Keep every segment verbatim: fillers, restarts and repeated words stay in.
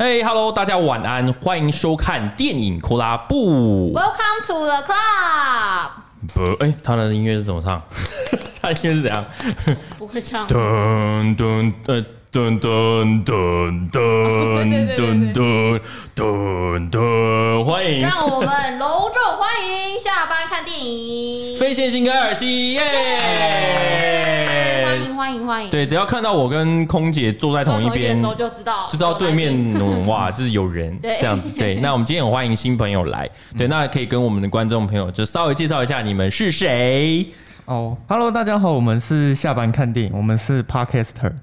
嘿、hey, ，Hello， 大家晚安，欢迎收看电影库拉布。 Welcome to the club。 不，哎、欸，他的音乐是怎么唱？他的音乐是怎样？ 不会唱。 噔噔呃。噔噔噔噔噔噔噔噔，欢迎！ 让我们隆重欢迎下班看电影非线性跟艾尔西，耶！ 欢迎欢迎欢迎！ 对，只要看到我跟空姐坐在同一边的时候，就知道就知道对面哇，就是有人这样子。对，那我们今天很欢迎新朋友来，对，那可以跟我们的观众朋友就稍微介绍一下你们是谁哦。Hello， 大家好，我们是下班看电影，我们是 Podcaster。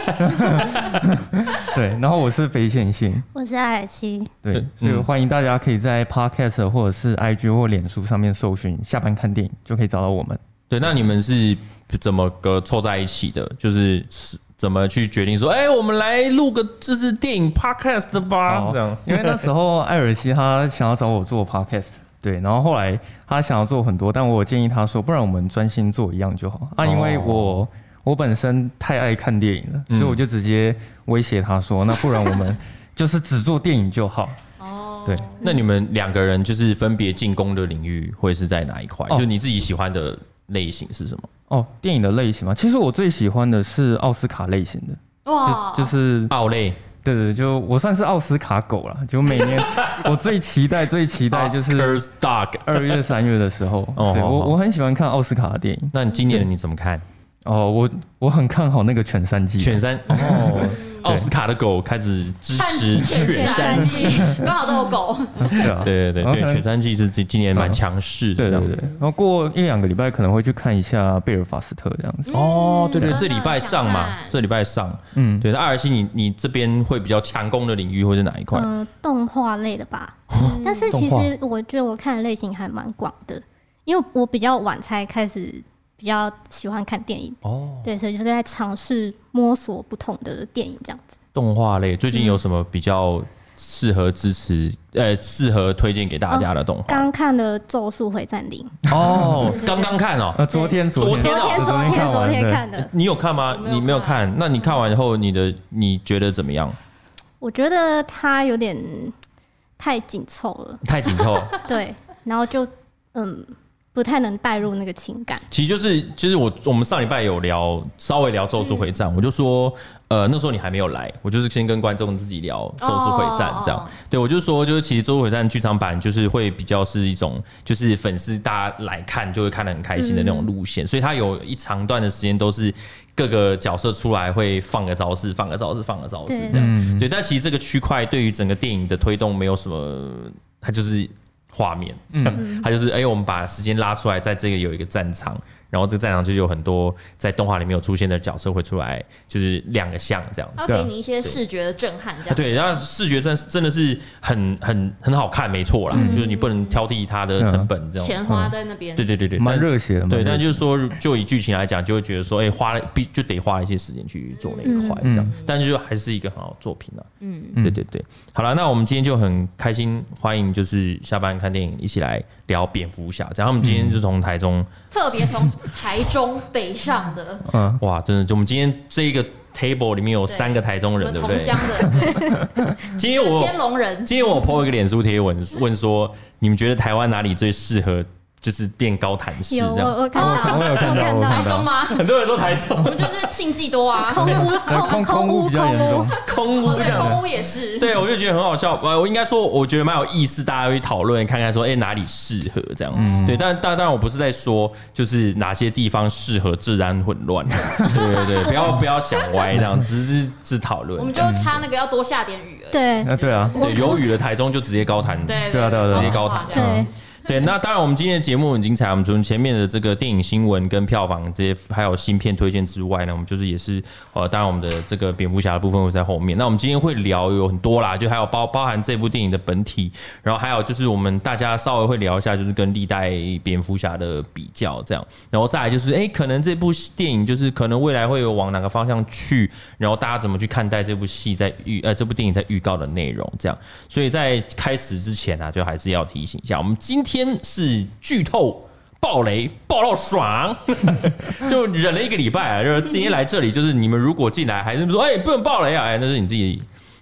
对，然后我是非线性， 我是艾尔西， 对，所以欢迎大家可以在 Podcast 或者是 I G 或脸书上面搜寻下班看电影，就可以找到我们。 对，那你们是怎么个凑在一起的？就是怎么去决定说，哎、欸，我们来录个就是电影 Podcast 吧？ 哦、 这样， 因为那时候艾尔西他想要找我做 Podcast， 对，然后后来他想要做很多，但我建议他说，不然我们专心做一样就好啊，因为我。哦我本身太爱看电影了，嗯、所以我就直接威胁他说：“那不然我们就是只做电影就好。”哦，对。 那你们两个人就是分别进攻的领域会是在哪一块？哦、就你自己喜欢的类型是什么？ 哦，电影的类型嘛，其实我最喜欢的是奥斯卡类型的，哇，就, 就是奥类。 对对，就我算是奥斯卡狗啦，就每年我最期待、最期待就是二月、三月的时候，哦、对我我很喜欢看奥斯卡的电影。 那你今年你怎么看？ 哦，我我很看好那个犬山记。 犬山哦，奥斯卡的狗开始支持犬山记， 刚好都有狗。 对啊， 对对对对，犬山记是今年蛮强势的。 对对对，然后过一两个礼拜可能会去看一下贝尔法斯特这样子。 哦，对对，这礼拜上嘛，这礼拜上。嗯，对，那艾尔西，你你这边会比较强攻的领域会是哪一块？ 嗯、呃，动画类的吧。但是其实我觉得我看的类型还蛮广的，因为我比较晚才开始。比较喜欢看电影哦，对，所以就是在尝试摸索不同的电影这样子。 动画类最近有什么比较适合支持、嗯、呃适合推荐给大家的动画？ 刚、哦、看的《咒术回战零》 哦，刚刚看哦， 呃，昨天昨天昨天昨天昨天看的。 你有看吗？你没有看，那你看完以后，你的你觉得怎么样？ 我觉得它有点太紧凑了， 太紧凑， 对，然后就嗯。不太能带入那个情感， 其实就是就是我我们上礼拜有聊稍微聊《咒术回战》，我就说呃那时候你还没有来，我就是先跟观众自己聊《咒术回战》这样，对我就说就是其实《咒术回战》剧场版就是会比较是一种就是粉丝大家来看就会看得很开心的那种路线，所以它有一长段的时间都是各个角色出来会放个招式，放个招式，放个招式这样，对，但其实这个区块对于整个电影的推动没有什么，它就是。画面，嗯，它就是哎、欸，我们把时间拉出来，在这个有一个战场，然后这个战场就有很多在动画里面有出现的角色会出来，就是亮个相这样子， 要给你一些视觉的震撼，这样对，然后视觉真真的是很很很好看，没错啦，嗯、就是你不能挑剔它的成本，这样钱花在那边， 对对对对， 蛮热血的， 对，但就是说，就以剧情来讲，就会觉得说，哎、欸，花了必就得花一些时间去做那一块，这样，嗯、但是就还是一个很好的作品啊，嗯，对对对，好了，那我们今天就很开心，欢迎就是下班看电影一起来聊蝙蝠侠，然后我们今天就从台中、 嗯、特别从台中北上的， 嗯，哇，真的，就我们今天这一个 table 里面有三个台中人， 对, 对不对？ 同乡的，对。 今天我天龙人， 今天我 po 一个脸书贴文，问说你们觉得台湾哪里最适合？就是变高谈式这样， 我看到， 我有看到，我台中吗？ 很多人说台中， 我们就是庆忌多啊， 空屋， 空空屋比较严重， 空屋， 对，空屋也是。 对，我就觉得很好笑。我应该说，我觉得蛮有意思，大家会讨论看看说，哎、欸，哪里适合这样？嗯、对，但但当然我不是在说，就是哪些地方适合治安混乱，对对对，不要不要想歪这样，只是只讨论。 我们就差那个要多下点雨而已。 对， 啊对啊， 对，有雨的台中就直接高谈， 对对啊对啊， 直接高谈。 对。 对，那当然，我们今天的节目很精彩。我们从前面的这个电影新闻跟票房这些，还有新片推荐之外呢，我们就是也是呃，当然我们的这个蝙蝠侠的部分会在后面。那我们今天会聊有很多啦，就还有包包含这部电影的本体，然后还有就是我们大家稍微会聊一下，就是跟历代蝙蝠侠的比较这样，然后再来就是，哎、欸，可能这部电影就是可能未来会有往哪个方向去，然后大家怎么去看待这部戏在预呃这部电影在预告的内容这样。所以在开始之前啊，就还是要提醒一下，我们今天。天是剧透爆雷爆到爽，就忍了一个礼拜啊！就是今天来这里，就是你们如果进来还是说哎、欸、不能爆雷啊，哎那是你自己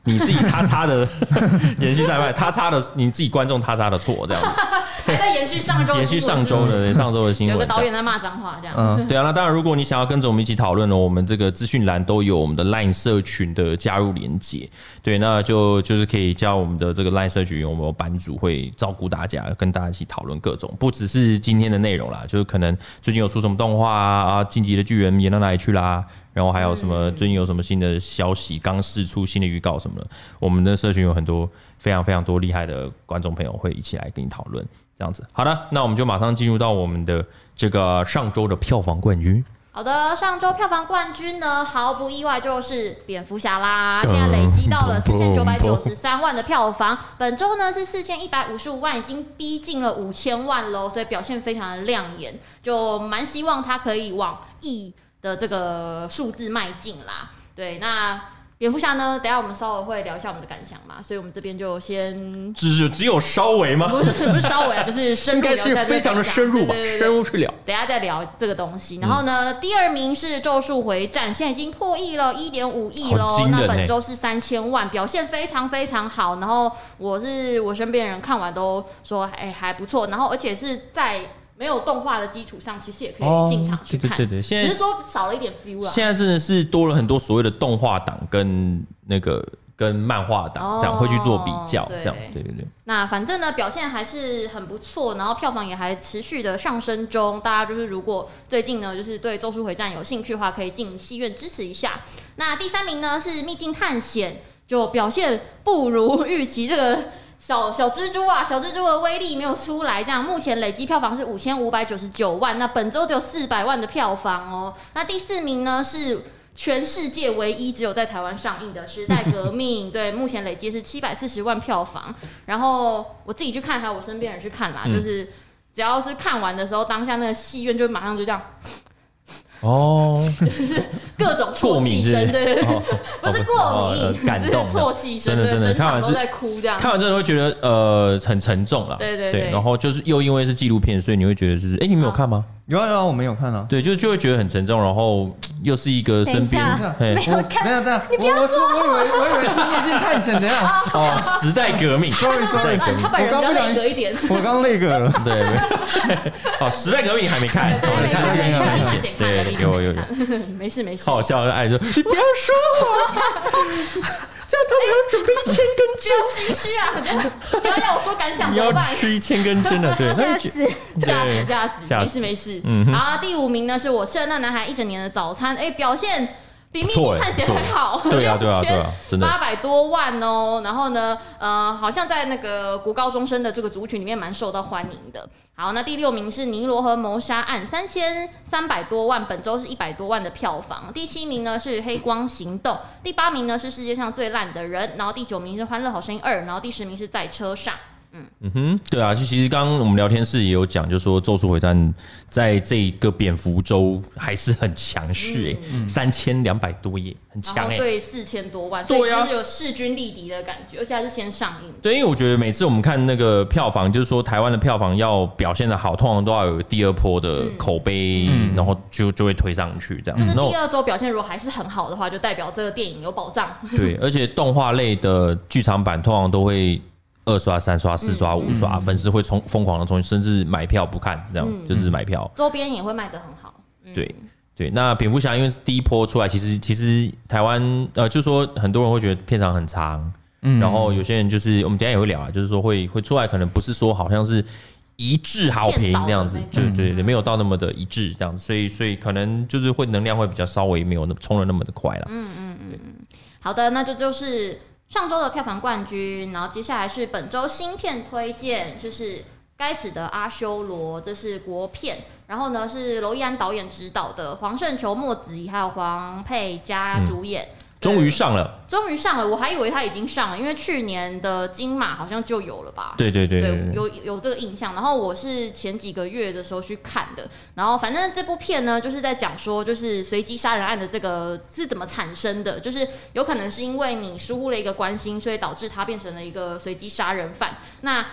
你自己他擦的延续上一拜，他擦的你自己观众他擦的错这样子。 还在延续上周延续上周的上周的新闻， 有个导演在骂脏话这样。 嗯，对啊，那当然，如果你想要跟着我们一起讨论呢，我们这个资讯栏都有我们的 LINE 社群的加入连结。对，那就就是可以加我们的这个 LINE 社群，我们班主会照顾大家，跟大家一起讨论各种，不只是今天的内容啦，就是可能最近有出什么动画啊，进击的巨人演到哪里去啦。然后还有什么？最近有什么新的消息？刚释出新的预告什么的？我们的社群有很多非常非常多厉害的观众朋友会一起来跟你讨论，这样子。好的，那我们就马上进入到我们的这个上周的票房冠军。 好的，上周票房冠军呢，毫不意外就是蝙蝠侠啦，现在累积到了四千九百九十三万的票房，本周呢是四千一百五十五万，已经逼近了五千万喽，所以表现非常的亮眼，就蛮希望它可以往亿的这个数字迈进啦。对，那蝙蝠侠呢，等一下我们稍微会聊一下我们的感想嘛，所以我们这边就先只只有稍微吗？ 不是不是稍微啊，就是深入聊一下这个感想， 应该是非常的深入吧， 对对对对， 深入去聊。 等一下再聊这个东西。然后呢，嗯、第二名是《咒术回战》，现在已经破亿了，一点五亿喽。那本周是三千万，表现非常非常好。然后我是我身边人看完都说，哎、欸、还不错。然后而且是在没有动画的基础上，其实也可以进场去看，哦、对对对，现在只是说少了一点 feel 啊。 现在真的是多了很多所谓的动画档跟那个跟漫画档，这样、哦、会去做比较，这样对对对。 那反正呢，表现还是很不错，然后票房也还持续的上升中。大家就是如果最近呢，就是对《咒术回战》有兴趣的话，可以进戏院支持一下。那第三名呢是《秘境探险》，就表现不如预期，这个。小小蜘蛛啊，小蜘蛛的威力没有出来，这样目前累积票房是五千五百九十九万，那本周只有四百万的票房哦。那第四名呢是全世界唯一只有在台湾上映的《时代革命》，对，目前累积是七百四十万票房。然后我自己去看，还有我身边人去看啦，嗯、就是只要是看完的时候，当下那个戏院就马上就这样。 哦， 就是各种啜泣声，对对对，哦、不是过敏，哦呃、感动，啜泣声，真的真的，看完都在哭这样， 看完真的会觉得呃很沉重了， 对对 对, 对， 然后就是又因为是纪录片，所以你会觉得是，哎、欸，你没有看吗？ 有啊有啊，我没有看啊。 对，就就会觉得很沉重，然后又是一个身边没有看， 等一下等一下， 你不要说， 我以为我以为是《秘境探险》的呀。 哦，时代革命 ，sorry sorry， 他本人比较内格一点， 我刚那个了， 对，哦，时代革命你还没看， 对， 你看这个看很明显，对，有有有， 没事没事， 好笑，爱说你不要说我。这样他们要准备一千根针， 不要心虚啊！不要要我说感想怎么办？ 你要吃一千根针的，对， 吓死， 吓死，吓死，没事没事。嗯，好，第五名呢是我圣诞男孩一整年的早餐，哎，表现比秘境探险还好， 对啊对啊对啊，真的八百多万哦。然后呢，呃，好像在那个国高中生的这个族群里面蛮受到欢迎的。好，那第六名是《尼罗河谋杀案》，三千三百多万，本周是一百多万的票房。第七名呢是《黑光行动》，第八名呢是《世界上最烂的人》，然后第九名是《欢乐好声音二》，然后第十名是在车上。嗯嗯哼，对啊，就其实刚刚我们聊天室也有讲，就说《咒术回战》在这个蝙蝠州还是很强势哎、欸，三千两百多耶，很强哎、欸， 对，四千多万，所以就是有势均力敌的感觉，而且还是先上映。 对，因为我觉得每次我们看那个票房，就是说台湾的票房要表现的好，通常都要有第二波的口碑，嗯、然后就就会推上去这样。 就是第二周表现如果还是很好的话，就代表这个电影有保障。 对，而且动画类的剧场版通常都会。二刷、三刷、四刷、五刷，粉丝会冲疯狂的冲，甚至买票不看，这样、嗯、就是买票。 周边也会卖得很好。 嗯、对对，那蝙蝠侠因为是第一波出来，其实其实台湾呃，就说很多人会觉得片长很长，嗯，然后有些人就是我们等一下也会聊啊，就是说会会出来，可能不是说好像是一致好评那样子，就对对，没有到那么的一致这样子，所以所以可能就是会能量会比较稍微没有那么冲的那么的快了。 嗯嗯嗯嗯，好的，那这就是上周的票房冠军，然后接下来是本周新片推荐，就是《该死的阿修罗》，这是国片，然后呢是娄艺安导演执导的，黄圣球、莫子仪还有黄佩嘉主演。嗯终于上了， 终于上了，我还以为他已经上了，因为去年的金马好像就有了吧？ 对对 对, 对, 对，有有这个印象。然后我是前几个月的时候去看的，然后反正这部片呢，就是在讲说，就是随机杀人案的这个是怎么产生的，就是有可能是因为你疏忽了一个关心，所以导致他变成了一个随机杀人犯。那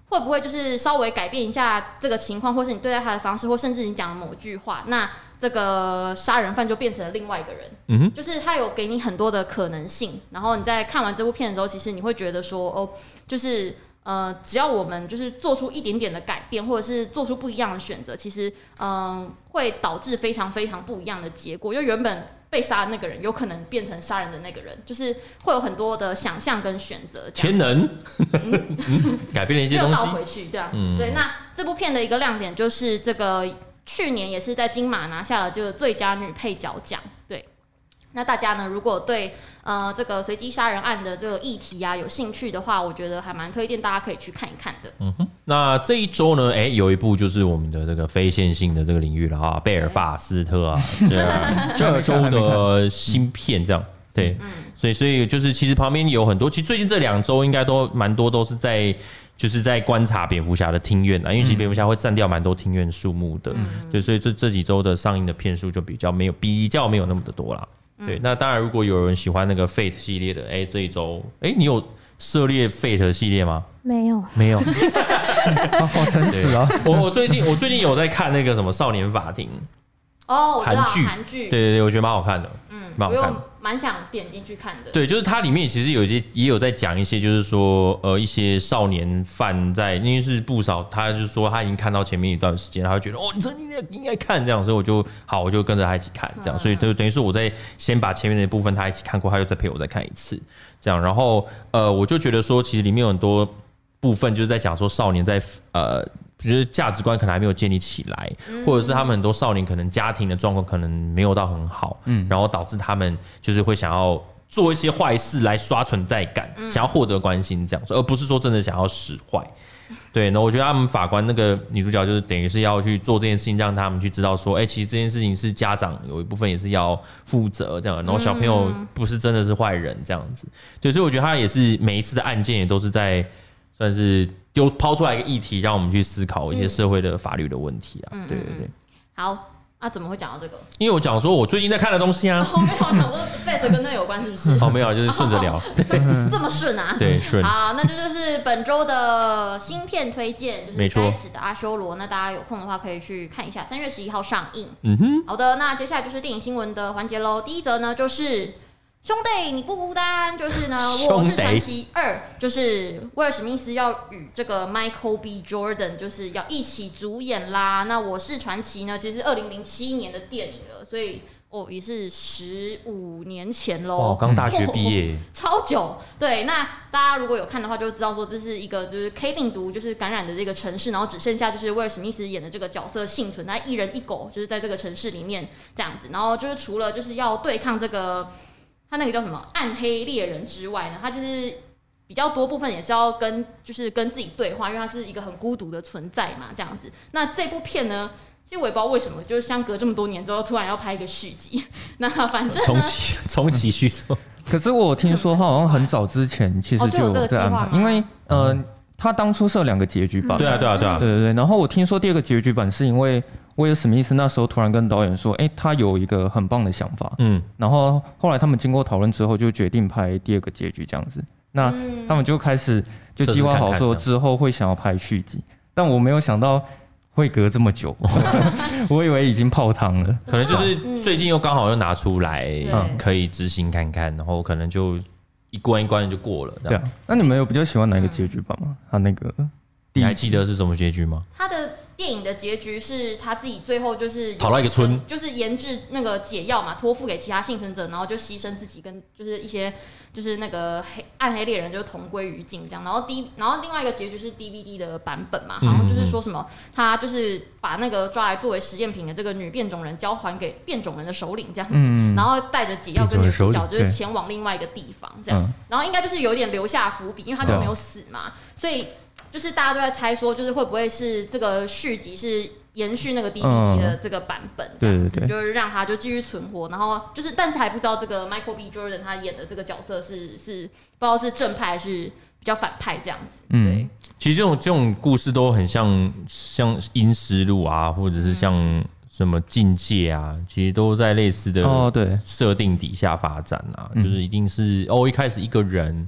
会不会就是稍微改变一下这个情况，或是你对待他的方式，或甚至你讲某句话，那这个杀人犯就变成了另外一个人。嗯哼，就是他有给你很多的可能性，然后你在看完这部片的时候，其实你会觉得说，哦，就是呃，只要我们就是做出一点点的改变，或者是做出不一样的选择，其实嗯、呃，会导致非常非常不一样的结果。因为原本被杀的那个人有可能变成杀人的那个人，就是会有很多的想象跟选择。 天能、嗯、改变了一些东西， 又倒回去，对啊、嗯，对。那这部片的一个亮点就是这个去年也是在金马拿下了这个最佳女配角奖，对。那大家呢，如果对呃这个随机杀人案的这个议题啊有兴趣的话，我觉得还蛮推荐大家可以去看一看的。 嗯哼，那这一周呢，哎、欸，有一部就是我们的这个非线性的这个领域了啊，贝尔法斯特啊，对啊，这周的新片这样，对，嗯、所以所以就是其实旁边有很多，其实最近这两周应该都蛮多都是在。就是在观察蝙蝠侠的厅院啊，因为其实蝙蝠侠会占掉蛮多厅院数目的，嗯、对，所以这这几周的上映的片数就比较没有比较没有那么的多啦。嗯、对，那当然如果有人喜欢那个 Fate 系列的，哎、欸，这一周，哎、欸，你有涉猎 Fate 系列吗？ 没有， 没有， 好诚实啊！ 我我最近我最近有在看那个什么少年法庭。 哦， 韩剧， 韩剧， 对对对，我觉得蛮好看的， 嗯，我又蛮想点进去看的。 对，就是它里面其实有一些也有在讲一些，就是说呃一些少年犯在，因为是不少，他就是说他已经看到前面一段时间，他会觉得哦，你这应该应该看这样，所以我就好，我就跟着他一起看这样，嗯、所以就等于是我在先把前面的部分他一起看过，他又再陪我再看一次这样，然后呃我就觉得说，其实里面有很多部分就是在讲说少年在呃。就是价值观可能还没有建立起来，嗯、或者是他们很多少年可能家庭的状况可能没有到很好，嗯，然后导致他们就是会想要做一些坏事来刷存在感，嗯、想要获得关心这样，而不是说真的想要使坏。对，那我觉得他们法官那个女主角就是等于是要去做这件事情，让他们去知道说，哎、欸，其实这件事情是家长有一部分也是要负责这样，然后小朋友不是真的是坏人这样子。对，所以我觉得他也是每一次的案件也都是在算是。丢抛出来一个议题，让我们去思考一些社会的法律的问题啊。嗯、对对对。 好，那、啊、怎么会讲到这个？ 因为我讲说我最近在看的东西啊。 哦，没有，想说 Fate 跟那有关是不是？ 哦，没有，就是顺着聊。哦、对， 这么顺啊？ 对，顺。 好，那这就是本周的新片推荐，就是《该死的阿修罗》。那大家有空的话可以去看一下，三月十一号上映。嗯哼。好的，那接下来就是电影新闻的环节喽。第一则呢就是。兄弟，你不孤单。就是呢，《我是传奇二》，就是威尔史密斯要与这个 Michael B. Jordan 就是要一起主演啦。那《我是传奇》呢，其实是二零零七年的电影了，所以哦也是十五年前喽。 哇，刚大学毕业、哦， 超久。对，那大家如果有看的话，就知道说这是一个就是 K 病毒就是感染的这个城市，然后只剩下就是威尔史密斯演的这个角色幸存，他一人一狗就是在这个城市里面这样子，然后就是除了就是要对抗这个。他那个叫什么暗黑猎人之外呢，他就是比较多部分也是要跟就是跟自己对话，因为他是一个很孤独的存在嘛，这样子。那这部片呢，其实我也不知道为什么，就是相隔这么多年之后，突然要拍一个续集。那反正重启重启续作。 可是我听说他好像很早之前其实就有在安排，哦、因为呃，他当初是有两个结局版、嗯。 对啊，对啊，对啊， 对对对。然后我听说第二个结局版是因为。威尔史密斯那时候突然跟导演说：“哎、欸，他有一个很棒的想法。”嗯，然后后来他们经过讨论之后，就决定拍第二个结局这样子。那他们就开始就计划好说之后会想要拍续集，但我没有想到会隔这么久，我以为已经泡汤了。 可能就是最近又刚好又拿出来，嗯、可以执行看看，然后可能就一关一关就过了。 对啊，那你们有比较喜欢哪一个结局版吗？他那个你还记得是什么结局吗？ 他的。电影的结局是他自己最后就是跑到一个村， 就是研制那个解药嘛，托付给其他幸存者，然后就牺牲自己跟就是一些就是那个黑暗黑猎人就同归于尽这样。然后 D 然后另外一个结局是 D V D 的版本嘛，好像就是说什么他就是把那个抓来作为实验品的这个女变种人交还给变种人的首领这样子，嗯、然后带着解药跟女主角就是前往另外一个地方这样。然后应该就是有点留下伏笔，因为他就没有死嘛，所以。就是大家都在猜说，就是会不会是这个续集是延续那个 D V D 的这个版本，这样子，嗯、对对对就是让他就继续存活，然后就是但是还不知道这个 Michael B. Jordan 他演的这个角色是是不知道是正派还是比较反派这样子。嗯，对。 其实这种这种故事都很像像《阴尸路》啊，或者是像什么《境界》啊，其实都在类似的设定底下发展啊，哦、就是一定是哦一开始一个人。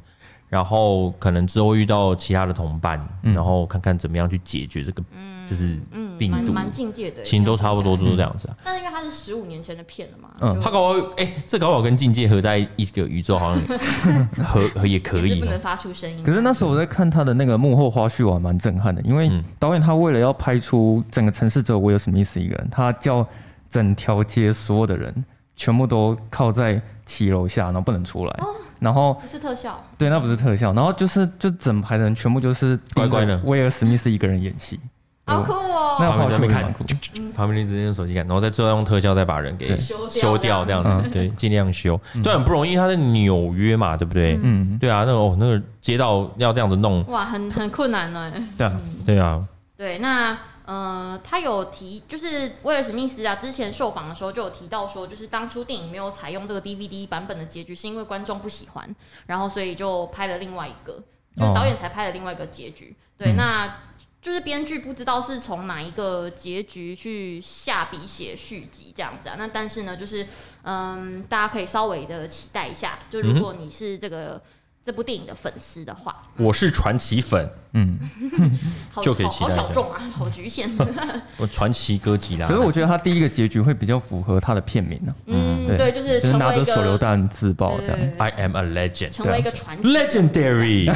然后可能之后遇到其他的同伴，嗯、然后看看怎么样去解决这个，嗯、就是病毒， 蛮境界的， 其实都差不多都是这样子啊。 但是因为它是十五年前的片了嘛， 嗯，他搞哎、欸，这搞不好跟境界合在一个宇宙，好像合合也可以， 也是不能发出声音。 可是那时候我在看他的那个幕后花絮，我还蛮震撼的，因为导演他为了要拍出整个城市只有威尔史密斯一个人，他叫整条街所有的人全部都靠在骑楼下，然后不能出来。哦，然后不是特效， 对，那不是特效，然后就是就整排的人全部就是乖乖的， 威尔史密斯一个人演戏， 好酷哦！ 那旁边在那边看， 嗯、 旁边直接用手机看，然后再最后用特效再把人给修掉，这样子，嗯、对，尽量修，嗯、对，很不容易。他在纽约嘛，对不对？嗯，对啊，那个哦，那个街道要这样子弄， 哇，很很困难呢。 对啊， 嗯、 对啊， 对，那。呃，他有提，就是威尔史密斯啊，之前受访的时候就有提到说，就是当初电影没有采用这个 D V D 版本的结局，是因为观众不喜欢，然后所以就拍了另外一个，就是导演才拍了另外一个结局。哦、对，嗯、那就是编剧不知道是从哪一个结局去下笔写续集这样子啊。那但是呢，就是嗯，大家可以稍微的期待一下，就如果你是这个。嗯这部电影的粉丝的话， 我是传奇粉，嗯，就可以期待一下。 好小众啊，好局限。 我传奇哥吉拉， 可是我觉得他第一个结局会比较符合他的片名呢、啊。 嗯，对，对就是成为一个就是拿着手榴弹自爆这样。 I am a legend， 成为一个传奇 ，legendary。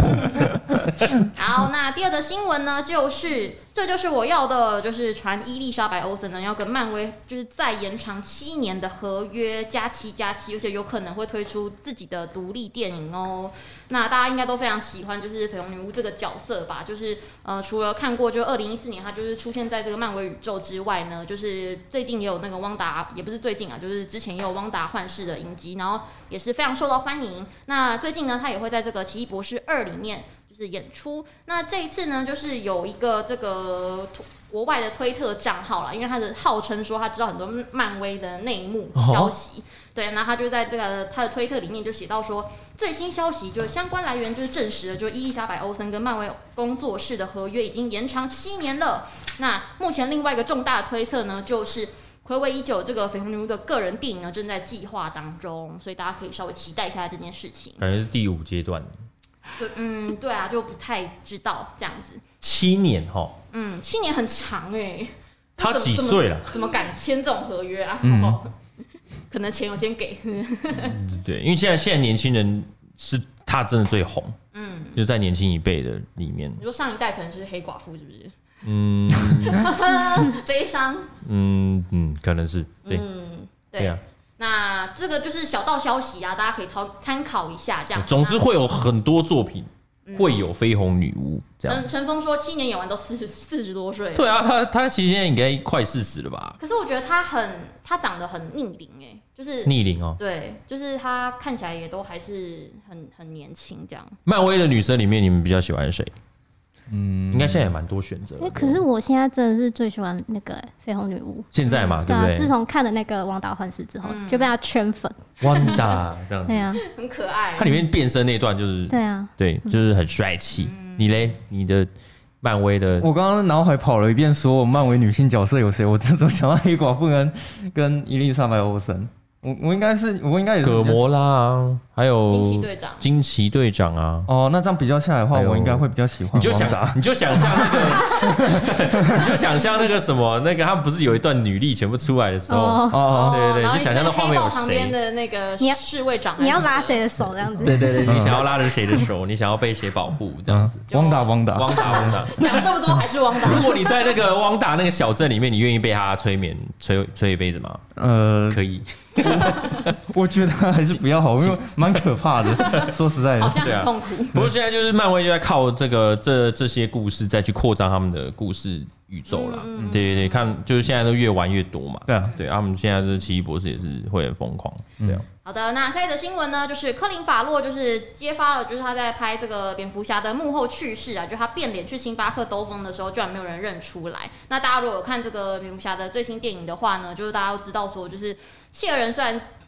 好，那第二个新闻呢，就是这就是我要的，就是传伊丽莎白·欧森呢要跟漫威就是再延长七年的合约，加七加七，而且有可能会推出自己的独立电影哦。那大家应该都非常喜欢，就是绯红女巫这个角色吧？就是呃，除了看过，就二零一四年她就是出现在这个漫威宇宙之外呢，就是最近也有那个汪达，也不是最近啊，就是之前也有汪达幻视的影集，然后也是非常受到欢迎。那最近呢，她也会在这个奇异博士二里面就是演出。那这一次呢，就是有一个这个国外的推特账号啦，因为他的号称说他知道很多漫威的内幕消息，哦、对，然后他就在这个他的推特里面就写到说，最新消息就是相关来源就是证实了，就是伊丽莎白·欧森跟漫威工作室的合约已经延长七年了。那目前另外一个重大的推测呢，就是睽违已久这个绯红女巫的个人电影呢正在计划当中，所以大家可以稍微期待一下这件事情。 感觉是第五阶段。 对，嗯，对啊，就不太知道这样子。 七年哈， 嗯，七年很长哎、欸。 他几岁了？ 怎么敢签这种合约啊？嗯、可能钱有先给。 嗯、对，因为现在现在年轻人是他真的最红，嗯，就在年轻一辈的里面。 你说上一代可能是黑寡妇，是不是？ 嗯， 悲伤。 嗯嗯，可能是对， 嗯，对。 对啊。 那这个就是小道消息啊，大家可以参考一下，这样。 总之会有很多作品、嗯、会有绯红女巫这样。 陈陈峰说，七年演完都四十四十多岁。 对啊，他他其实现在应该快四十了吧？ 可是我觉得他很，他长得很逆龄哎，就是逆龄哦。 对，就是他看起来也都还是很很年轻这样。 漫威的女生里面，你们比较喜欢谁？嗯，应该现在也蛮多选择。 可是我现在真的是最喜欢那个绯红女巫。 现在嘛，对不对？ 自从看了那个《汪达幻视》之后，嗯、就被他圈粉。 汪达这样子， 对啊， 很可爱。 它里面变身那段就是， 对啊， 对，就是很帅气。嗯、你嘞，你的漫威的， 我刚刚脑海跑了一遍，所有漫威女性角色有谁？我这种想到黑寡妇跟跟伊丽莎白·欧森。我我应该是我应该也是葛摩拉啊，还有惊奇队长， 惊奇队长啊。 哦，那这样比较下来的话，我应该会比较喜欢。 你就想，你就想象那个，你就想象那个什么，那个他们不是有一段女力全部出来的时候，哦，对对对，就想象那画面有谁。 旁边的那个侍卫长， 你要拉谁的手这样子？ 对对对，你想要拉着谁的手，你想要被谁保护这样子？ 汪达，汪达， 汪达，汪达。 讲这么多还是汪达。 如果你在那个汪达那个小镇里面，你愿意被他催眠吹吹一辈子吗？ 呃， 可以。 我觉得还是不要好，因为蛮可怕的。说实在的， 好像很痛苦。 不过现在就是漫威就在靠这个这这些故事再去扩张他们的故事宇宙啦。嗯、对对对，看就是现在都越玩越多嘛。 对啊， 对，他们现在这奇异博士也是会很疯狂。对啊。 好的，那下一则新闻呢，就是科林法洛就是揭发了，就是他在拍这个蝙蝠侠的幕后趣事啊，就他变脸去星巴克兜风的时候，居然没有人认出来。那大家如果有看这个蝙蝠侠的最新电影的话呢，就是大家都知道说，就是企鹅人虽然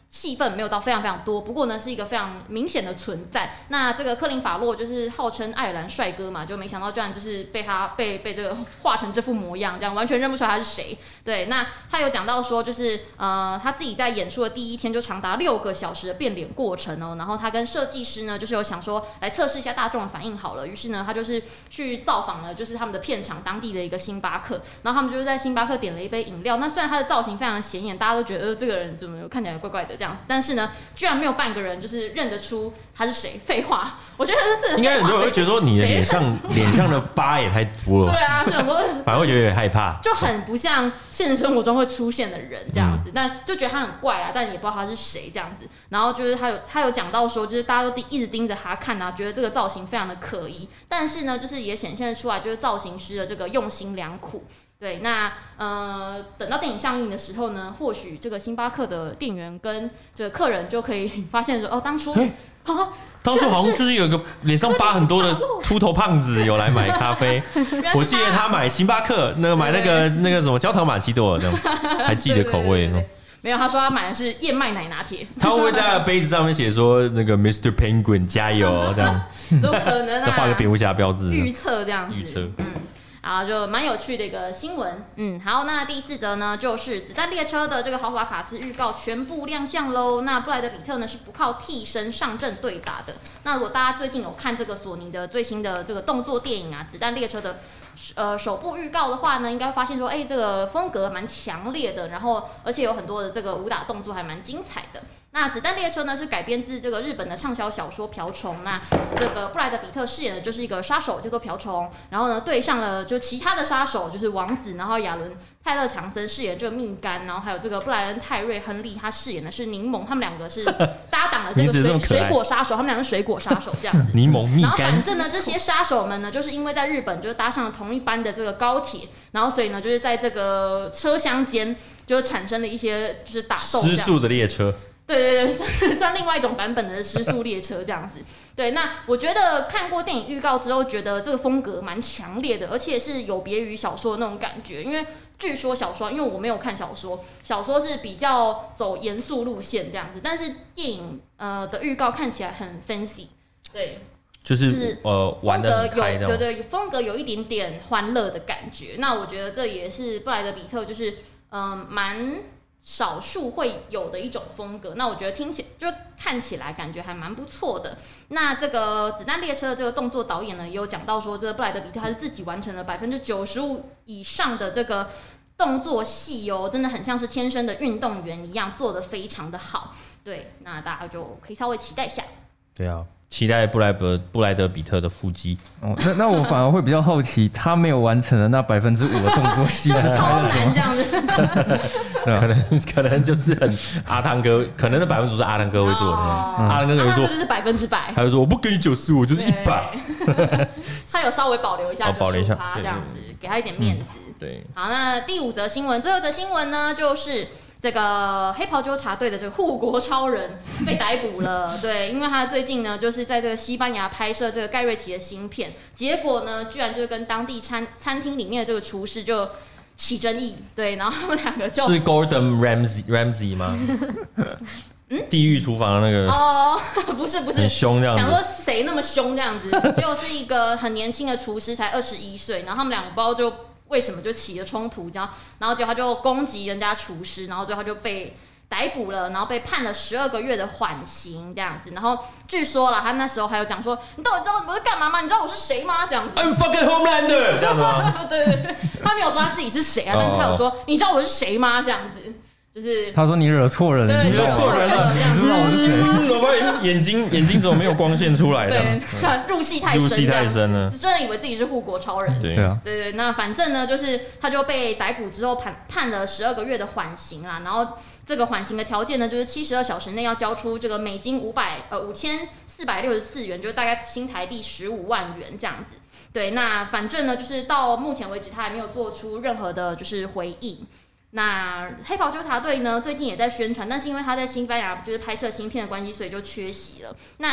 戏份没有到非常非常多，不过呢是一个非常明显的存在。那这个科林法洛就是号称爱尔兰帅哥嘛，就没想到居然就是被他被被这个画成这副模样，这样完全认不出来他是谁。对，那他有讲到说，就是呃他自己在演出的第一天就长达六个小时的变脸过程哦，然后他跟设计师呢就是有想说来测试一下大众的反应好了，于是呢他就是去造访了就是他们的片场当地的一个星巴克，然后他们就是在星巴克点了一杯饮料。那虽然他的造型非常显眼，大家都觉得呃这个人怎么看起来怪怪的这样子，但是呢，居然没有半个人就是认得出他是谁。废话，我觉得这是应该很多人会觉得说你的脸上脸上的疤也太多了。 对啊，就很多反而会觉得有点害怕， 就很不像现实生活中会出现的人这样子，嗯、但就觉得他很怪啊，但也不知道他是谁这样子。然后就是他有他有讲到说，就是大家都一直盯着他看啊，觉得这个造型非常的可疑，但是呢，就是也显现出来就是造型师的这个用心良苦。对，那呃，等到电影上映的时候呢，或许这个星巴克的店员跟这个客人就可以发现说，哦，当初啊， 当初好像就是有一个脸上疤很多的秃头胖子有来买咖啡，我记得他买星巴克，那个买那个那个什么焦糖玛奇朵的，还记得口味。对对对对， 没有，他说他买的是燕麦奶拿铁。 他会不会在他的杯子上面写说那个 Mister Penguin 加油这样？ 都可能啊， 再画个蝙蝠侠标志， 预测这样子。 预测， 嗯。然后就蛮有趣的一个新闻，嗯，好，那第四则呢，就是《子弹列车》的这个豪华卡司预告全部亮相喽。那布莱德比特呢是不靠替身上阵对打的。那如果大家最近有看这个索尼的最新的这个动作电影啊，《子弹列车》的呃首部预告的话呢，应该发现说，哎、欸，这个风格蛮强烈的，然后而且有很多的这个武打动作还蛮精彩的。那《子弹列车》呢是改编自这个日本的畅销小说《瓢虫》，那这个布莱德比特饰演的就是一个杀手叫做瓢虫，然后呢对上了就其他的杀手就是王子，然后亚伦泰勒强森饰演这个蜜柑，然后还有这个布莱恩泰瑞亨利他饰演的是柠檬，他们两个是搭档的这个水水果杀手，他们两个是水果杀手这样子。 柠檬蜜柑。 然后反正呢这些杀手们呢就是因为在日本就是搭上了同一班的这个高铁，然后所以呢就是在这个车厢间就产生了一些就是打斗失速的列车。 对对对，算另外一种版本的失速列车这样子。对，那我觉得看过电影预告之后，觉得这个风格蛮强烈的，而且是有别于小说的那种感觉。因为据说小说，因为我没有看小说，小说是比较走严肃路线这样子，但是电影呃的预告看起来很 fancy， 对。 就是、 就是、 呃玩得很开的， 对对，风格有一点点欢乐的感觉。那我觉得这也是布莱德比特就是嗯蛮。呃少数会有的一种风格，那我觉得听起就看起来感觉还蛮不错的。那这个子弹列车的这个动作导演呢，也有讲到说，这个布莱德比特他是自己完成了百分之九十五以上的这个动作戏哦，真的很像是天生的运动员一样，做得非常的好。对，那大家就可以稍微期待一下。 对啊。期待布莱德布莱德比特的腹肌哦，那那我反而会比较好奇，他没有完成的那百分之五的动作戏， 就是超难这样子。 可能可能就是很阿汤哥，可能那百分之五是阿汤哥会做的。哦、阿汤哥会说， 就是百分之百。 他就说我不给你九十五，就是一百。 他有稍微保留一下， 保留一下， 他这样子给他一点面子。 嗯、对。 好，那第五则新闻，最后一则新闻呢，就是。这个黑袍纠察队的这个护国超人被逮捕了，对，因为他最近呢就是在这个西班牙拍摄这个盖瑞奇的新片，结果呢居然就是跟当地餐餐厅里面的这个厨师就起争议，对，然后他们两个就是 Gordon Ramsay Ramsay 吗？嗯，地狱厨房的那个哦，不是不是， 很凶这样子， 想说谁那么凶这样子，就是一个很年轻的厨师，才二十一岁，然后他们两个不知道就。为什么就起了冲突？这样，然后结果他就攻击人家厨师，然后最后他就被逮捕了，然后被判了十二个月的缓刑这样子。然后据说啦，他那时候还有讲说：“你到底知道我在干嘛吗？你知道我是谁吗？”这样子。 I'm fucking Homelander 这样子吗？ 对对对，他没有说他自己是谁啊，但是他有说：“你知道我是谁吗？”这样子。就是他说你惹错人了， 你惹错人了， 你知不知道我是谁？ 我发现眼睛眼睛怎么没有光线出来的？ 对，入戏太深， 入戏太深了， 真的以为自己是护国超人。 对啊， 对对，那反正呢，就是他就被逮捕之后判判了十二个月的缓刑啦，然后这个缓刑的条件呢，就是七十二小时内要交出这个美金五百呃五千四百六十四元，就是大概新台币十五万元这样子。对，那反正呢，就是到目前为止他还没有做出任何的就是回应。那黑袍纠察队呢，最近也在宣传，但是因为他在西班牙就是拍摄新片的关系，所以就缺席了。那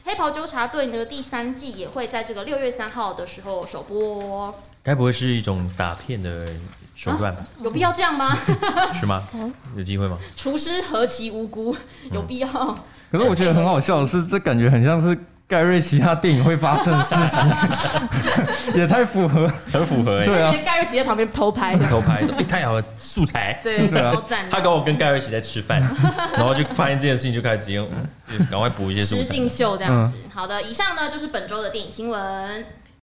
黑袍纠察队的第三季也会在这个六月三号的时候首播。 该不会是一种打片的手段吧？ 啊、有必要这样吗？ 是吗？有机会吗？ 厨师何其无辜，有必要？嗯、 可是我觉得很好笑的是，这感觉很像是盖瑞其他电影会发生的事情，也太符合， 很符合哎、欸。 对啊，盖瑞奇在旁边偷拍， 偷拍，哎、欸，太好了，素材。 对，超赞。 他跟我跟盖瑞奇在吃饭，然后就发现这件事情，就开始直接赶快补一些素材。 实境秀这样子。嗯、好的，以上呢就是本周的电影新闻。